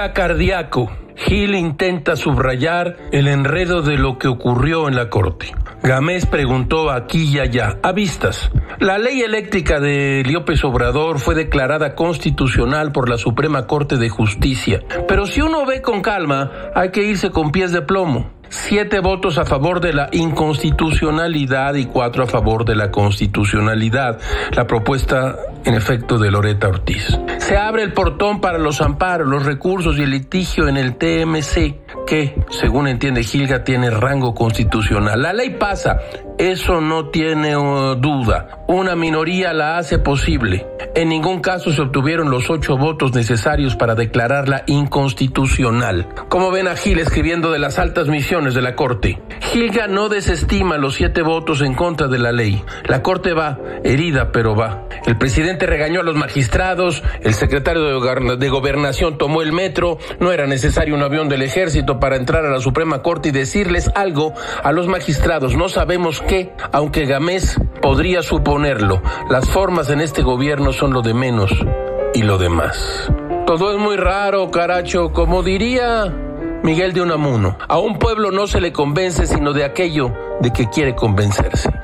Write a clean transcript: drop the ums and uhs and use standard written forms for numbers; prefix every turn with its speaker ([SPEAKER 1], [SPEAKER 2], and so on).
[SPEAKER 1] Era cardíaco. Gil intenta subrayar el enredo de lo que ocurrió en la corte. Gámez preguntó aquí y allá, a vistas. La ley eléctrica de López Obrador fue declarada constitucional por la Suprema Corte de Justicia. Pero si uno ve con calma, hay que irse con pies de plomo. 7 votos a favor de la inconstitucionalidad y 4 a favor de la constitucionalidad. La propuesta, en efecto, de Loretta Ortiz. Se abre el portón para los amparos, los recursos y el litigio en el TMC, que, según entiende Gilga, tiene rango constitucional. La ley pasa, eso no tiene duda. Una minoría la hace posible. En ningún caso se obtuvieron los 8 votos necesarios para declararla inconstitucional. Como ven a Gil escribiendo de las altas misiones de la Corte. Gilga no desestima los 7 votos en contra de la ley. La Corte va, herida, pero va. El presidente regañó a los magistrados, el secretario de Gobernación tomó el metro, no era necesario un avión del ejército para entrar a la Suprema Corte y decirles algo a los magistrados. No sabemos qué, aunque Gámez podría suponerlo. Las formas en este gobierno son lo de menos y lo demás. Todo es muy raro, caracho, como diría Miguel de Unamuno. A un pueblo no se le convence sino de aquello de que quiere convencerse.